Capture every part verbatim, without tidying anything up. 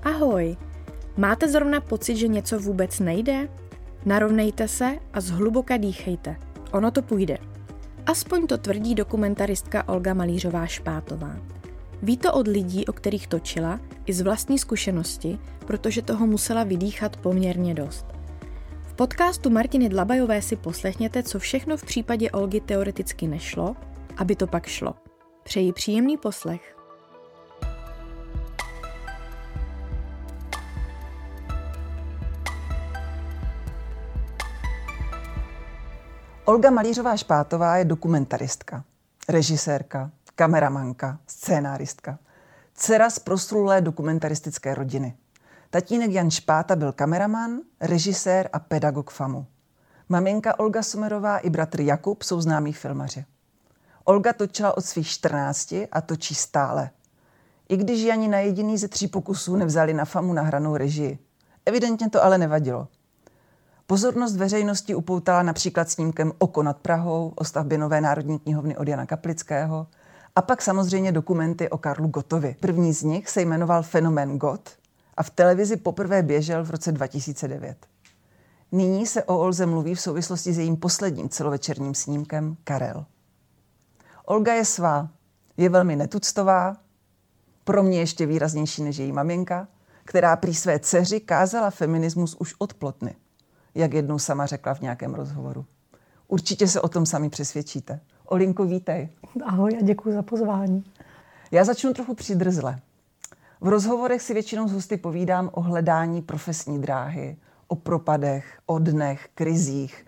Ahoj! Máte zrovna pocit, že něco vůbec nejde? Narovnejte se a zhluboka dýchejte. Ono to půjde. Aspoň to tvrdí dokumentaristka Olga Malířová-Špátová. Ví to od lidí, o kterých točila, i z vlastní zkušenosti, protože toho musela vydýchat poměrně dost. V podcastu Martiny Dlabajové si poslechněte, co všechno v případě Olgy teoreticky nešlo, aby to pak šlo. Přeji příjemný poslech. Olga Malířová-Špátová je dokumentaristka, režisérka, kameramanka, scénáristka, dcera z proslulé dokumentaristické rodiny. Tatínek Jan Špáta byl kameraman, režisér a pedagog FAMU. Maminka Olga Sommerová i bratr Jakub jsou známí filmaři. Olga točila od svých čtrnácti a točí stále. I když ji ani na jediný ze tří pokusů nevzali na FAMU nahranou režii. Evidentně to ale nevadilo. Pozornost veřejnosti upoutala například snímkem Oko nad Prahou o stavbě nové Národní knihovny od Jana Kaplického a pak samozřejmě dokumenty o Karlu Gottovi. První z nich se jmenoval Fenomén Gott a v televizi poprvé běžel v roce dva tisíce devět. Nyní se o Olze mluví v souvislosti s jejím posledním celovečerním snímkem Karel. Olga je svá, je velmi netuctová, pro mě ještě výraznější než její maminka, která prý své dceři kázala feminismus už od Plotny, jak jednou sama řekla v nějakém rozhovoru. Určitě se o tom sami přesvědčíte. Olinko, vítej. Ahoj a děkuji za pozvání. Já začnu trochu přidrzle. V rozhovorech si většinou s hosty povídám o hledání profesní dráhy, o propadech, o dnech, krizích.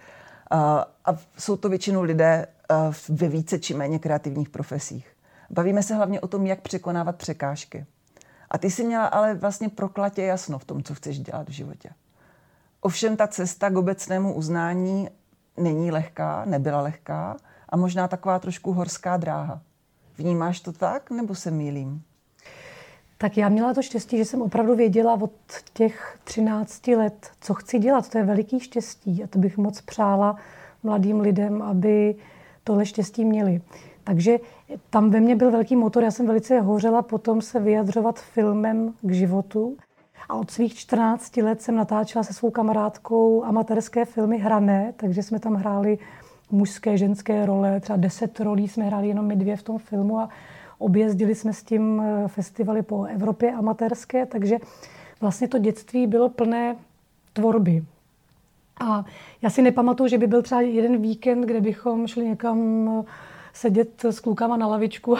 A jsou to většinou lidé ve více či méně kreativních profesích. Bavíme se hlavně o tom, jak překonávat překážky. A ty jsi měla ale vlastně proklatě jasno v tom, co chceš dělat v životě. Ovšem ta cesta k obecnému uznání není lehká, nebyla lehká a možná taková trošku horská dráha. Vnímáš to tak, nebo se mýlím? Tak já měla to štěstí, že jsem opravdu věděla od těch třinácti let, co chci dělat. To je veliký štěstí a to bych moc přála mladým lidem, aby tohle štěstí měli. Takže tam ve mně byl velký motor. Já jsem velice hořela potom se vyjadřovat filmem k životu. A od svých čtrnácti let jsem natáčela se svou kamarádkou amatérské filmy hrané, takže jsme tam hráli mužské, ženské role, třeba deset rolí jsme hráli jenom my dvě v tom filmu a objezdili jsme s tím festivaly po Evropě amatérské, takže vlastně to dětství bylo plné tvorby. A já si nepamatuju, že by byl třeba jeden víkend, kde bychom šli někam sedět s klukama na lavičku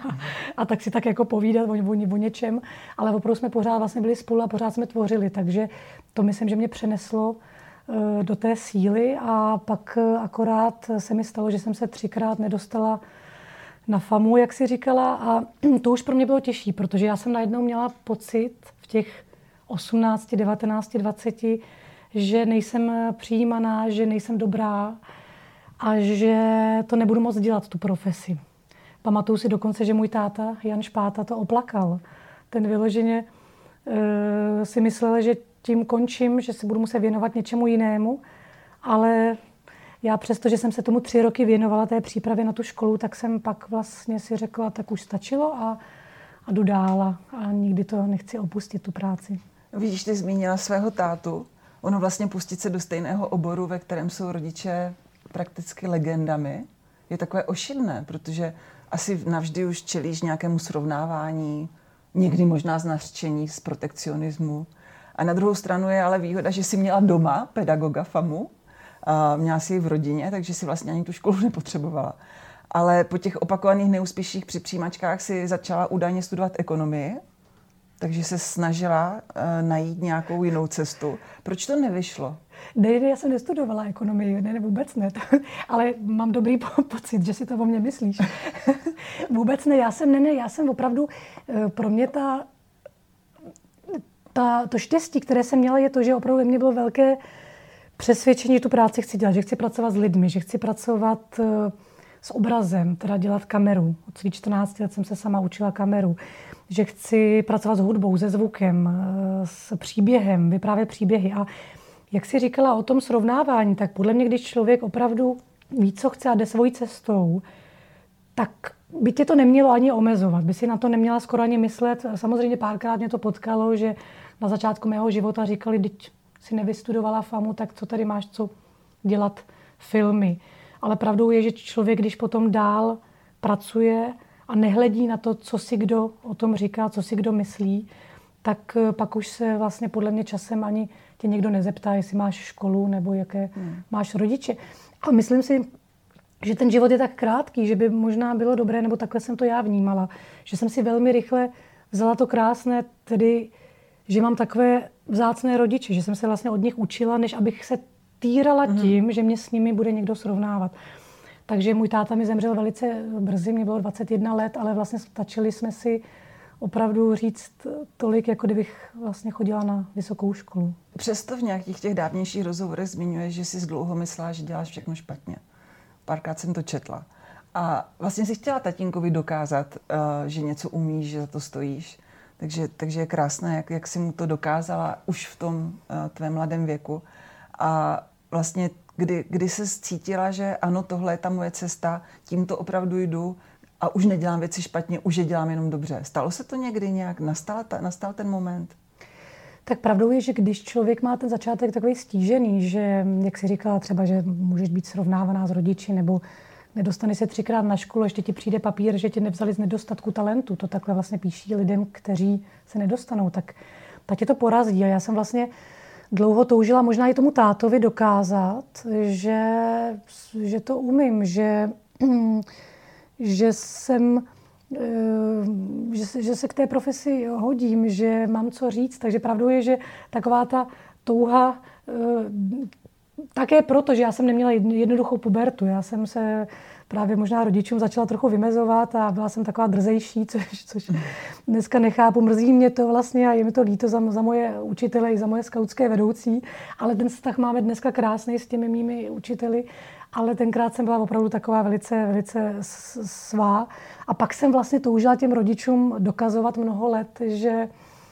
a tak si tak jako povídat o, o, o něčem, ale opravdu jsme pořád vlastně byli spolu a pořád jsme tvořili, takže to myslím, že mě přeneslo uh, do té síly a pak uh, akorát se mi stalo, že jsem se třikrát nedostala na FAMU, jak si říkala, a to už pro mě bylo těžší, protože já jsem najednou měla pocit v těch osmnácti, devatenácti, dvaceti, že nejsem přijímaná, že nejsem dobrá, a že to nebudu moc dělat, tu profesi. Pamatuju si dokonce, že můj táta, Jan Špáta, to oplakal. Ten vyloženě e, si myslel, že tím končím, že se budu muset věnovat něčemu jinému, ale já přesto, že jsem se tomu tři roky věnovala té přípravě na tu školu, tak jsem pak vlastně si řekla, tak už stačilo a, a jdu dál a, a nikdy to nechci opustit, tu práci. Vidíš, ty zmínila svého tátu. Ono vlastně pustit se do stejného oboru, ve kterém jsou rodiče prakticky legendami, je takové ošidné, protože asi navždy už čelíš nějakému srovnávání, někdy možná z nařčení, z protekcionismu. A na druhou stranu je ale výhoda, že jsi měla doma pedagoga FAMU, a měla si ji v rodině, takže si vlastně ani tu školu nepotřebovala. Ale po těch opakovaných neúspěších při přijímačkách si začala údajně studovat ekonomii, takže se snažila uh, najít nějakou jinou cestu. Proč to nevyšlo? Ne, ne, já jsem nestudovala ekonomii, ne, ne vůbec ne, ale mám dobrý po- pocit, že si to o mě myslíš. Vůbec ne, já jsem, ne, ne, já jsem opravdu, pro mě ta, ta, to štěstí, které jsem měla, je to, že opravdu ve mně bylo velké přesvědčení, že tu práci chci dělat, že chci pracovat s lidmi, že chci pracovat s obrazem, teda dělat kameru. Od svých čtrnácti let jsem se sama učila kameru. Že chci pracovat s hudbou, se zvukem, s příběhem, vyprávět příběhy. A jak jsi říkala o tom srovnávání, tak podle mě, když člověk opravdu ví, co chce a jde svojí cestou, tak by tě to nemělo ani omezovat, by si na to neměla skoro ani myslet. Samozřejmě párkrát mě to potkalo, že na začátku mého života říkali, když si nevystudovala famu, tak co tady máš co dělat filmy. Ale pravdou je, že člověk, když potom dál pracuje a nehledí na to, co si kdo o tom říká, co si kdo myslí, tak pak už se vlastně podle mě časem ani tě někdo nezeptá, jestli máš školu nebo jaké hmm. máš rodiče. A myslím si, že ten život je tak krátký, že by možná bylo dobré, nebo takhle jsem to já vnímala, že jsem si velmi rychle vzala to krásné, tedy, že mám takové vzácné rodiče, že jsem se vlastně od nich učila, než abych se týrala hmm. tím, že mě s nimi bude někdo srovnávat. Takže můj táta mi zemřel velice brzy, mě bylo dvacet jedna let, ale vlastně stačili jsme si opravdu říct tolik, jako kdybych vlastně chodila na vysokou školu. Přesto v nějakých těch dávnějších rozhovorech zmiňuješ, že jsi dlouho myslela, že děláš všechno špatně. Párkrát jsem to četla. A vlastně si chtěla tatínkovi dokázat, že něco umíš, že za to stojíš. Takže, takže je krásné, jak, jak jsi mu to dokázala už v tom tvém mladém věku. A vlastně kdy, kdy jsi cítila, že ano, tohle je ta moje cesta, tímto opravdu jdu, a už nedělám věci špatně, už je dělám jenom dobře. Stalo se to někdy nějak? Nastal, ta, nastal ten moment? Tak pravdou je, že když člověk má ten začátek takový stížený, že, jak jsi říkala třeba, že můžeš být srovnávaná s rodiči, nebo nedostane se třikrát na školu, ještě ti přijde papír, že tě nevzali z nedostatku talentu. To takhle vlastně píší lidem, kteří se nedostanou. Tak, tak tě to porazí. A já jsem vlastně dlouho toužila možná i tomu tátovi dokázat, že, že to umím, že... že jsem, že, že se k té profesi hodím, že mám co říct. Takže pravdou je, že taková ta touha, také proto, že já jsem neměla jednoduchou pubertu. Já jsem se právě možná rodičům začala trochu vymezovat a byla jsem taková drzejší, což, což dneska nechápu. Mrzí mě to vlastně a je mi to líto za, za moje učitele i za moje skautské vedoucí, ale ten vztah máme dneska krásný s těmi mými učiteli. Ale tenkrát jsem byla opravdu taková velice, velice svá. A pak jsem vlastně toužila těm rodičům dokazovat mnoho let, že,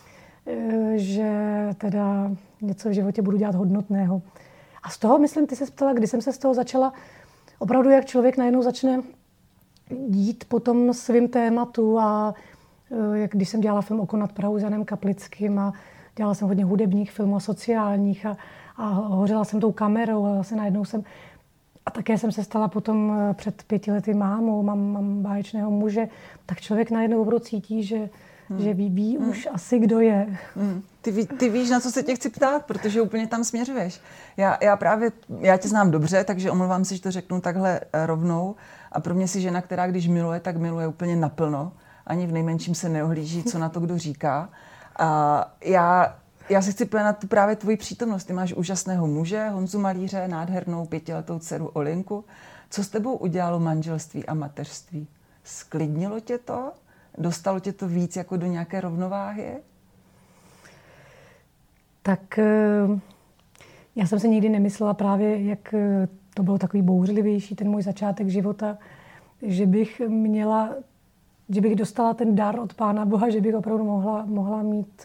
že teda něco v životě budu dělat hodnotného. A z toho, myslím, ty se ptala, kdy jsem se z toho začala, opravdu jak člověk najednou začne jít po tom svým tématu a jak když jsem dělala film Oko nad Prahou s Janem Kaplickým a dělala jsem hodně hudebních filmů a sociálních a, a hořela jsem tou kamerou a vlastně najednou jsem... A také jsem se stala potom před pěti lety mámou, mám, mám báječného muže, tak člověk najednou opravdu cítí, že, hmm. že ví, ví hmm. už asi, kdo je. Hmm. Ty, ví, ty víš, na co se tě chci ptát, protože úplně tam směřuješ. Já, já právě, já tě znám dobře, takže omlouvám se, že to řeknu takhle rovnou. A pro mě si žena, která když miluje, tak miluje úplně naplno. Ani v nejmenším se neohlíží, co na to kdo říká. A já... Já se chci pojít na tu právě tvoji přítomnost. Ty máš úžasného muže, Honzu Malíře, nádhernou pětiletou dceru Olinku. Co s tebou udělalo manželství a mateřství? Sklidnilo tě to? Dostalo tě to víc jako do nějaké rovnováhy? Tak já jsem se nikdy nemyslela právě, jak to bylo takový bouřlivější, ten můj začátek života, že bych měla, že bych dostala ten dar od Pána Boha, že bych opravdu mohla, mohla mít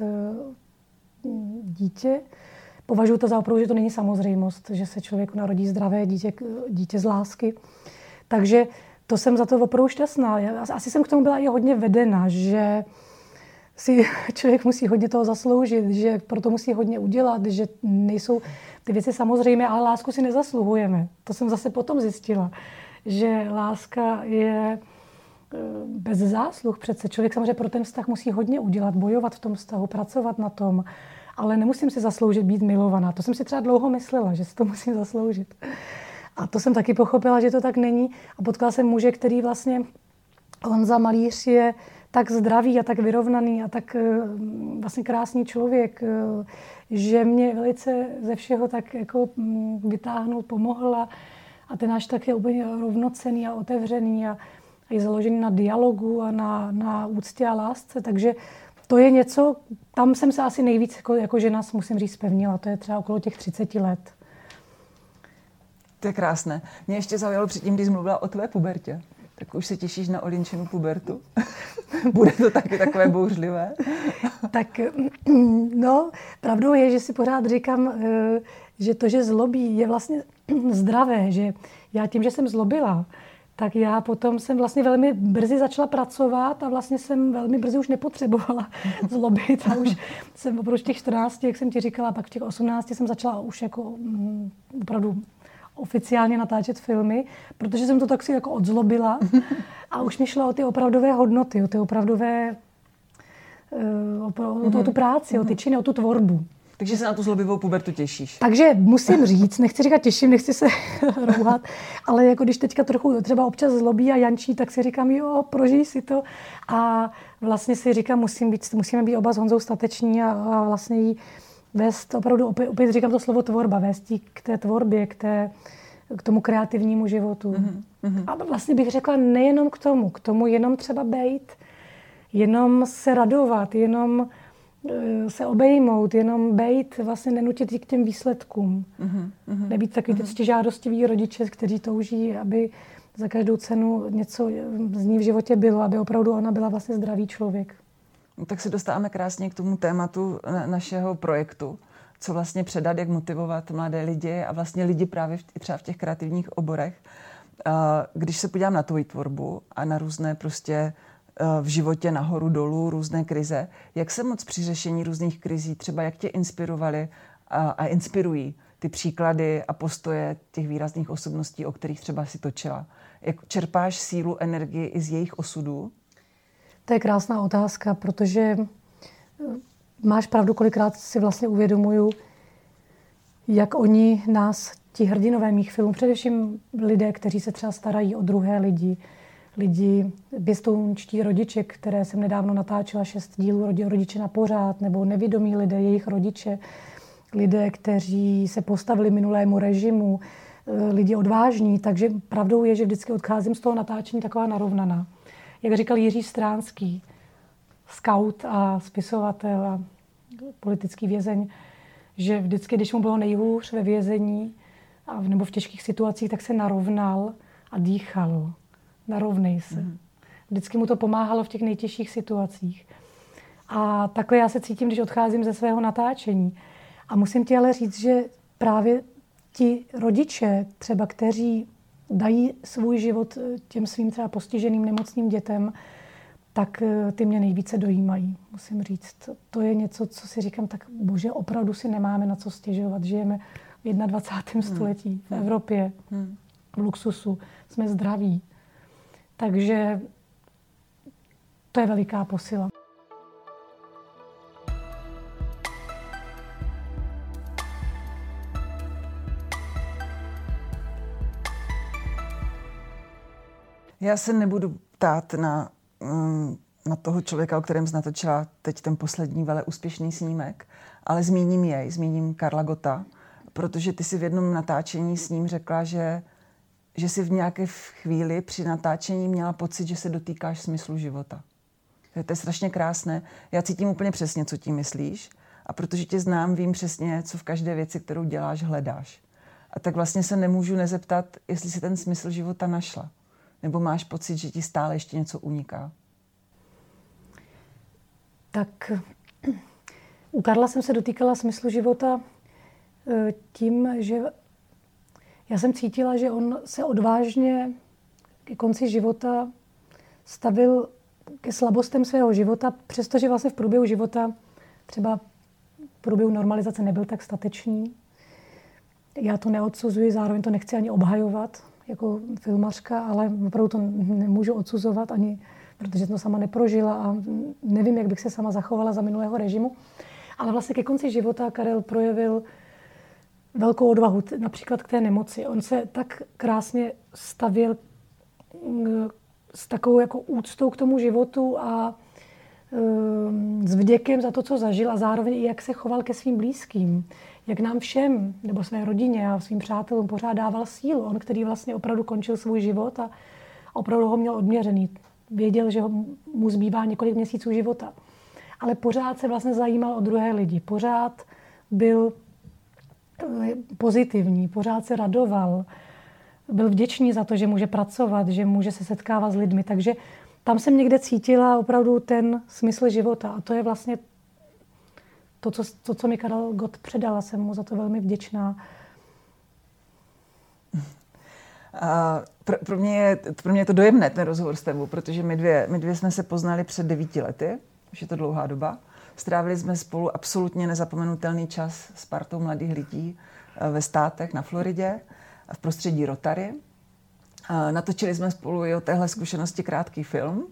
dítě. Považuji to za opravdu, že to není samozřejmost, že se člověku narodí zdravé dítě, dítě z lásky. Takže to jsem za to opravdu šťastná. Já, asi jsem k tomu byla i hodně vedena, že si člověk musí hodně toho zasloužit, že proto musí hodně udělat, že nejsou ty věci samozřejmé, ale lásku si nezasluhujeme. To jsem zase potom zjistila, že láska je bez zásluh přece. Člověk samozřejmě pro ten vztah musí hodně udělat, bojovat v tom vztahu, pracovat na tom, ale nemusím si zasloužit být milovaná. To jsem si třeba dlouho myslela, že si to musím zasloužit. A to jsem taky pochopila, že to tak není. A potkala jsem muže, který vlastně, Honza Malíř je tak zdravý a tak vyrovnaný a tak vlastně krásný člověk, že mě velice ze všeho tak jako vytáhnul, pomohl a, a ten náš tak je úplně rovnocenný a otevřený a a je založený na dialogu a na, na úctě a lásce. Takže to je něco, tam jsem se asi nejvíc jako, jako žena, musím říct, zpevnila. To je třeba okolo těch třiceti let. To je krásné. Mě ještě zaujalo předtím, když jsi mluvila o tvé pubertě. Tak už se těšíš na Olinčinu pubertu? Bude to taky takové bouřlivé? Tak no, pravdou je, že si pořád říkám, že to, že zlobí, je vlastně zdravé. Že já tím, že jsem zlobila, tak já potom jsem vlastně velmi brzy začala pracovat a vlastně jsem velmi brzy už nepotřebovala zlobit. A už jsem opravdu v těch čtrnácti, jak jsem ti říkala, pak v těch osmnácti jsem začala už jako mm, opravdu oficiálně natáčet filmy, protože jsem to tak si jako odzlobila a už mi šlo o ty opravdové hodnoty, o ty opravdové, o, o, o tu práci, o ty činy, o tu tvorbu. Takže se na tu zlobivou pubertu těšíš. Takže musím říct, nechci říkat těším, nechci se rouhat, ale jako když teďka trochu třeba občas zlobí a jančí, tak si říkám, jo, prožij si to. A vlastně si říkám, musím být, musíme být oba s Honzou stateční a, a vlastně jí vést, opravdu opět, opět říkám to slovo tvorba, vést jí k té tvorbě, k, té, k tomu kreativnímu životu. Mm-hmm. A vlastně bych řekla nejenom k tomu, k tomu jenom třeba bejt, jenom se radovat, jenom se obejmout, jenom bejt, vlastně nenutit jí k těm výsledkům. Mm-hmm. Nebýt takový mm-hmm. žádostiví rodiče, kteří touží, aby za každou cenu něco z ní v životě bylo, aby opravdu ona byla vlastně zdravý člověk. No, tak se dostáváme krásně k tomu tématu našeho projektu. Co vlastně předat, jak motivovat mladé lidi a vlastně lidi právě v, třeba v těch kreativních oborech. Když se podívám na tvoji tvorbu a na různé prostě v životě nahoru dolů, různé krize, jak se moc při řešení různých krizí, třeba jak tě inspirovali a, a inspirují ty příklady a postoje těch výrazných osobností, o kterých třeba si točila? Jak čerpáš sílu, energii i z jejich osudů? To je krásná otázka, protože máš pravdu, kolikrát si vlastně uvědomuju, jak oni nás, ti hrdinové mých filmů, především lidé, kteří se třeba starají o druhé lidi, lidi, pěstounčtí rodiče, které jsem nedávno natáčela šest dílů Rodiče na pořád, nebo nevědomí lidé, jejich rodiče, lidé, kteří se postavili minulému režimu, lidi odvážní, takže pravdou je, že vždycky odcházím z toho natáčení taková narovnaná. Jak říkal Jiří Stránský, skaut a spisovatel a politický vězeň, že vždycky, když mu bylo nejhůř ve vězení a, nebo v těžkých situacích, tak se narovnal a dýchal. Narovnej se. Mm. Vždycky mu to pomáhalo v těch nejtěžších situacích. A takhle já se cítím, když odcházím ze svého natáčení. A musím ti ale říct, že právě ti rodiče, třeba kteří dají svůj život těm svým třeba postiženým nemocným dětem, tak ty mě nejvíce dojímají, musím říct. To je něco, co si říkám, tak bože, opravdu si nemáme na co stěžovat. Žijeme v jednadvacátém Hmm. století, v Evropě, hmm. v luxusu, jsme zdraví. Takže to je veliká posila. Já se nebudu ptát na, na toho člověka, o kterém jsi natočila teď ten poslední vele úspěšný snímek, ale zmíním jej, zmíním Karla Gotta, protože ty si v jednom natáčení s ním řekla, že, že jsi v nějaké chvíli při natáčení měla pocit, že se dotýkáš smyslu života. To je strašně krásné. Já cítím úplně přesně, co tím myslíš, a protože tě znám, vím přesně, co v každé věci, kterou děláš, hledáš. A tak vlastně se nemůžu nezeptat, jestli si ten smysl života našla. Nebo máš pocit, že ti stále ještě něco uniká? Tak u Karla jsem se dotýkala smyslu života tím, že já jsem cítila, že on se odvážně ke konci života stavil ke slabostem svého života, přestože vlastně v průběhu života, třeba v průběhu normalizace nebyl tak statečný. Já to neodsuzuji, zároveň to nechci ani obhajovat jako filmařka, ale opravdu to nemůžu odsuzovat ani, protože jsem to sama neprožila a nevím, jak bych se sama zachovala za minulého režimu. Ale vlastně ke konci života Karel projevil velkou odvahu, například k té nemoci. On se tak krásně stavěl s takovou jako úctou k tomu životu a s vděkem za to, co zažil a zároveň i jak se choval ke svým blízkým. Jak nám všem, nebo své rodině a svým přátelům pořád dával sílu. On, který vlastně opravdu končil svůj život a opravdu ho měl odměřený. Věděl, že mu zbývá několik měsíců života. Ale pořád se vlastně zajímal o druhé lidi. Pořád byl pozitivní, pořád se radoval. Byl vděčný za to, že může pracovat, že může se setkávat s lidmi. Takže tam jsem někde cítila opravdu ten smysl života. A to je vlastně to, co, to, co mi Karel Gott předala. Jsem mu za to velmi vděčná. A pro, pro, mě je, pro mě je to dojemné, ten rozhovor s tebou, protože my dvě, my dvě jsme se poznali před devíti lety, už je to dlouhá doba. Strávili jsme spolu absolutně nezapomenutelný čas s partou mladých lidí ve státech na Floridě, v prostředí Rotary. A natočili jsme spolu i o téhle zkušenosti krátký film.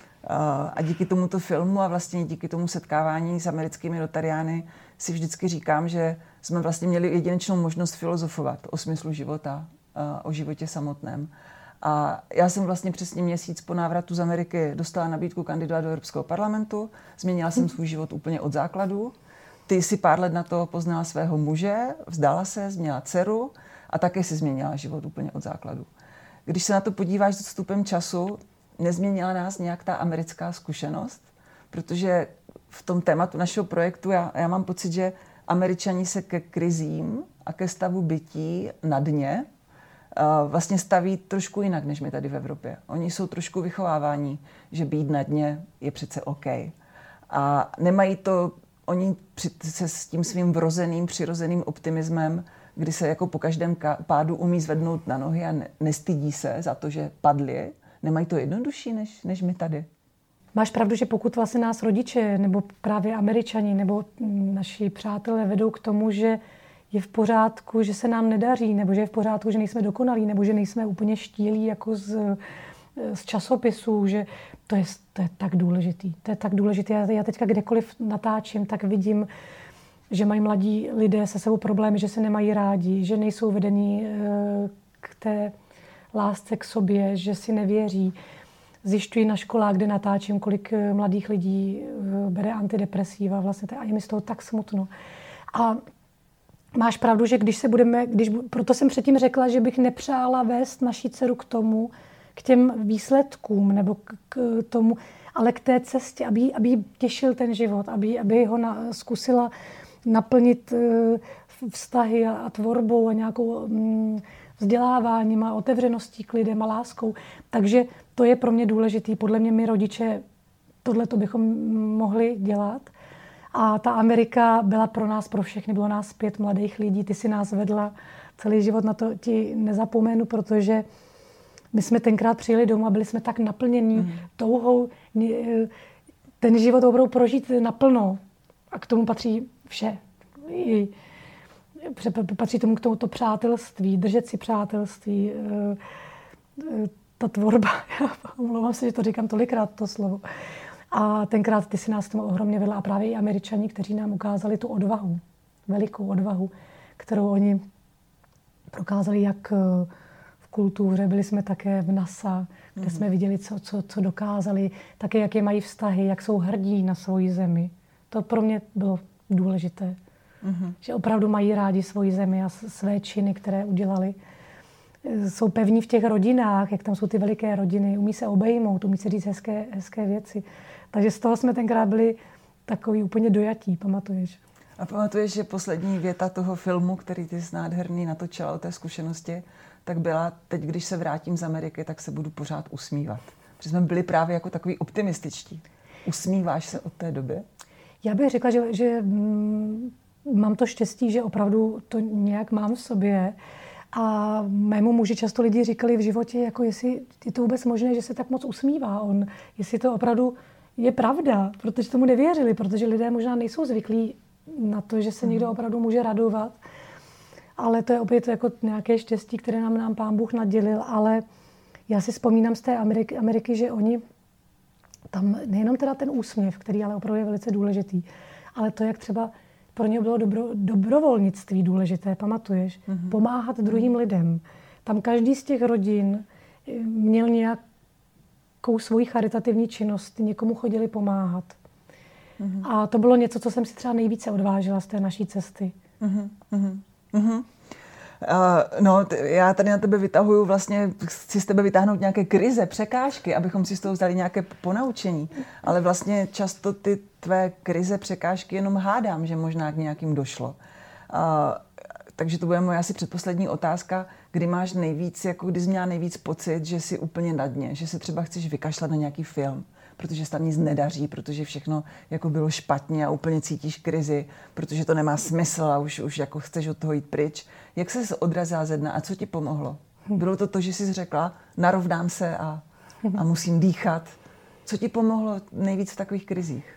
A díky tomuto filmu a vlastně díky tomu setkávání s americkými Rotariány si vždycky říkám, že jsme vlastně měli jedinečnou možnost filozofovat o smyslu života, o životě samotném. A já jsem vlastně přesně měsíc po návratu z Ameriky dostala nabídku kandidovat do Evropského parlamentu. Změnila jsem svůj život úplně od základu. Ty si pár let na to poznala svého muže, vzdala se, změnila dceru a také si změnila život úplně od základu. Když se na to podíváš s odstupem času, nezměnila nás nějak ta americká zkušenost, protože v tom tématu našeho projektu já, já mám pocit, že Američani se ke krizím a ke stavu bytí na dně uh, vlastně staví trošku jinak, než my tady v Evropě. Oni jsou trošku vychováváni, že být na dně je přece OK. A nemají to, oni při, se s tím svým vrozeným, přirozeným optimismem, kdy se jako po každém pádu umí zvednout na nohy a ne, nestydí se za to, že padli, nemají to jednodušší, než, než my tady. Máš pravdu, že pokud vlastně nás rodiče, nebo právě Američani, nebo naši přátelé vedou k tomu, že je v pořádku, že se nám nedaří, nebo že je v pořádku, že nejsme dokonalí, nebo že nejsme úplně štílí jako z, z časopisů, že to je, to je tak důležitý. To je tak důležité. Já, já teďka kdekoliv natáčím, tak vidím, že mají mladí lidé se sebou problémy, že se nemají rádi, že nejsou vedení k té lásce k sobě, že si nevěří. Zjišťuji na školách, kde natáčím, kolik mladých lidí bere antidepresiva. Vlastně to, a je mi z toho tak smutno. A máš pravdu, že když se budeme, když, proto jsem předtím řekla, že bych nepřála vést naši dceru k tomu, k těm výsledkům, nebo k, k tomu, ale k té cestě, aby, aby jí těšil ten život, aby, aby ho na, zkusila naplnit vztahy a, a tvorbou a nějakou mm, vzděláváním a otevřeností k lidem a láskou. Takže to je pro mě důležitý. Podle mě my rodiče tohleto bychom mohli dělat. A ta Amerika byla pro nás, pro všechny, bylo nás pět mladých lidí. Ty si nás vedla celý život, na to ti nezapomenu, protože my jsme tenkrát přijeli domů a byli jsme tak naplnění mm. touhou ten život opravdu prožít naplno. A k tomu patří vše. I patří tomu k tomuto přátelství, držet si přátelství, ta tvorba. Já omlouvám se, že to říkám tolikrát, to slovo. A tenkrát ty si nás tomu ohromně vedla. A právě i Američani, kteří nám ukázali tu odvahu, velikou odvahu, kterou oni prokázali jak v kultuře. Byli jsme také v NASA, kde mm-hmm. jsme viděli, co, co, co dokázali, také jaké mají vztahy, jak jsou hrdí na svoji zemi. To pro mě bylo důležité. Mm-hmm. Že opravdu mají rádi svoji zemi a své činy, které udělali. Jsou pevní v těch rodinách, jak tam jsou ty veliké rodiny, umí se obejmout, umí se říct hezké, hezké věci. Takže z toho jsme tenkrát byli takový úplně dojatí, pamatuješ? A pamatuješ, že poslední věta toho filmu, který ty jsi nádherný natočila o té zkušenosti, tak byla, teď když se vrátím z Ameriky, tak se budu pořád usmívat. Protože jsme byli právě jako takový optimističtí. Usmíváš se od té doby? Já bych řekla, že, že mm, mám to štěstí, že opravdu to nějak mám v sobě. A mému muži často lidi říkali v životě, jako jestli je to vůbec možné, že se tak moc usmívá on. Jestli to opravdu je pravda, protože tomu nevěřili, protože lidé možná nejsou zvyklí na to, že se někdo opravdu může radovat. Ale to je opět jako nějaké štěstí, které nám, nám Pán Bůh nadělil. Ale já si vzpomínám z té Ameriky, Ameriky, že oni tam nejenom teda ten úsměv, který ale opravdu je velice důležitý, ale to, jak třeba pro ně bylo dobro, dobrovolnictví důležité, pamatuješ? Mm-hmm. Pomáhat druhým lidem. Tam každý z těch rodin měl nějakou svoji charitativní činnost, někomu chodili pomáhat. Mm-hmm. A to bylo něco, co jsem si třeba nejvíce odvážila z té naší cesty. Mm-hmm. Mm-hmm. Uh, no, t- já tady na tebe vytahuju vlastně, chci z tebe vytáhnout nějaké krize, překážky, abychom si z toho vzali nějaké ponaučení. Ale vlastně často ty tvé krize, překážky jenom hádám, že možná k nějakým došlo. Uh, takže to bude moje asi předposlední otázka, kdy máš nejvíc, jako kdy jsi měla nejvíc pocit, že jsi úplně na dně, že se třeba chceš vykašlat na nějaký film, protože se tam nic nedaří, protože všechno jako bylo špatně a úplně cítíš krizi, protože to nemá smysl a už, už jako chceš od toho jít pryč. Jak ses odrazila ze dna a co ti pomohlo? Bylo to to, že jsi řekla, narovnám se a, a musím dýchat. Co ti pomohlo nejvíc v takových krizích?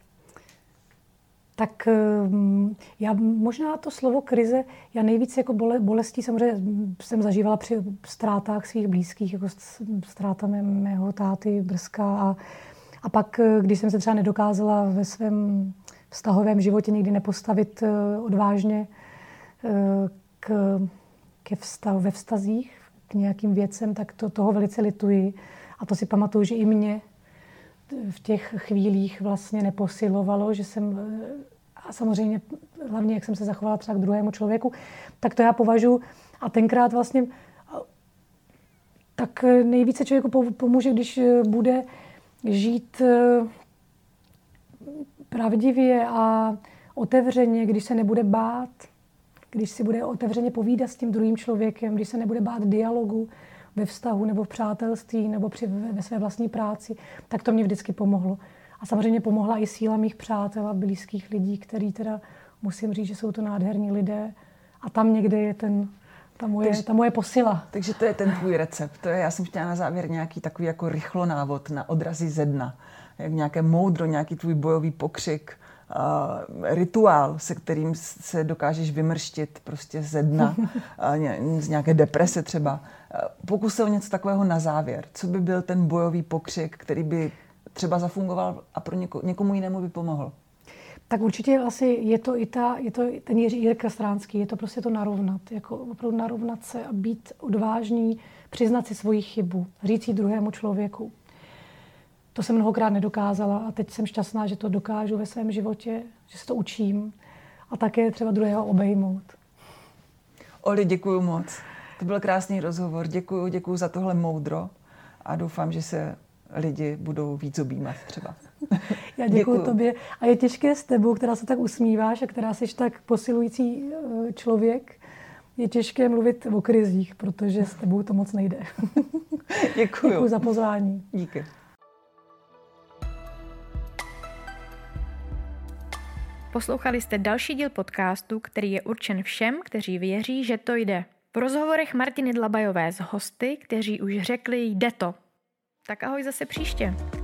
Tak já možná to slovo krize, já nejvíc jako bole, bolestí samozřejmě jsem zažívala při ztrátách svých blízkých, jako ztráta mé, mého táty brzká. A, a pak, když jsem se třeba nedokázala ve svém vztahovém životě někdy nepostavit odvážně k, ke vztahu, ve vztazích, k nějakým věcem, tak to, toho velice lituji. A to si pamatuju, že i mě v těch chvílích vlastně neposilovalo, že jsem, a samozřejmě hlavně, jak jsem se zachovala třeba k druhému člověku, tak to já považuji. A tenkrát vlastně tak nejvíce člověku pomůže, když bude žít pravdivě a otevřeně, když se nebude bát, když si bude otevřeně povídat s tím druhým člověkem, když se nebude bát dialogu ve vztahu nebo v přátelství nebo při, ve své vlastní práci, tak to mě vždycky pomohlo. A samozřejmě pomohla i síla mých přátel a blízkých lidí, který teda musím říct, že jsou to nádherní lidé. A tam někde je ten, ta, moje, takže, ta moje posila. Takže to je ten tvůj recept. To je, já jsem chtěla na závěr nějaký takový jako rychlonávod na odrazy ze dna. Jak nějaké moudro, nějaký tvůj bojový pokřik, Uh, rituál, se kterým se dokážeš vymrštit prostě ze dna, uh, ně, z nějaké deprese třeba. Uh, pokus se o něco takového na závěr. Co by byl ten bojový pokřik, který by třeba zafungoval a pro něko, někomu jinému by pomohl? Tak určitě asi je to i ta, je to ten Jirka Stránský, je to prostě to narovnat, jako opravdu narovnat se a být odvážný, přiznat si svoji chybu, říct ji druhému člověku. To jsem mnohokrát nedokázala a teď jsem šťastná, že to dokážu ve svém životě, že se to učím a také třeba druhého obejmout. Oli, děkuju moc. To byl krásný rozhovor. Děkuju, děkuju za tohle moudro a doufám, že se lidi budou víc objímat třeba. Já děkuju, děkuju tobě. A je těžké s tebou, která se tak usmíváš a která jsi tak posilující člověk, je těžké mluvit o krizích, protože s tebou to moc nejde. Děkuju. Děkuju za pozvání. Díky. Poslouchali jste další díl podcastu, který je určen všem, kteří věří, že to jde. V rozhovorech Martiny Dlabajové s hosty, kteří už řekli jde to. Tak ahoj zase příště.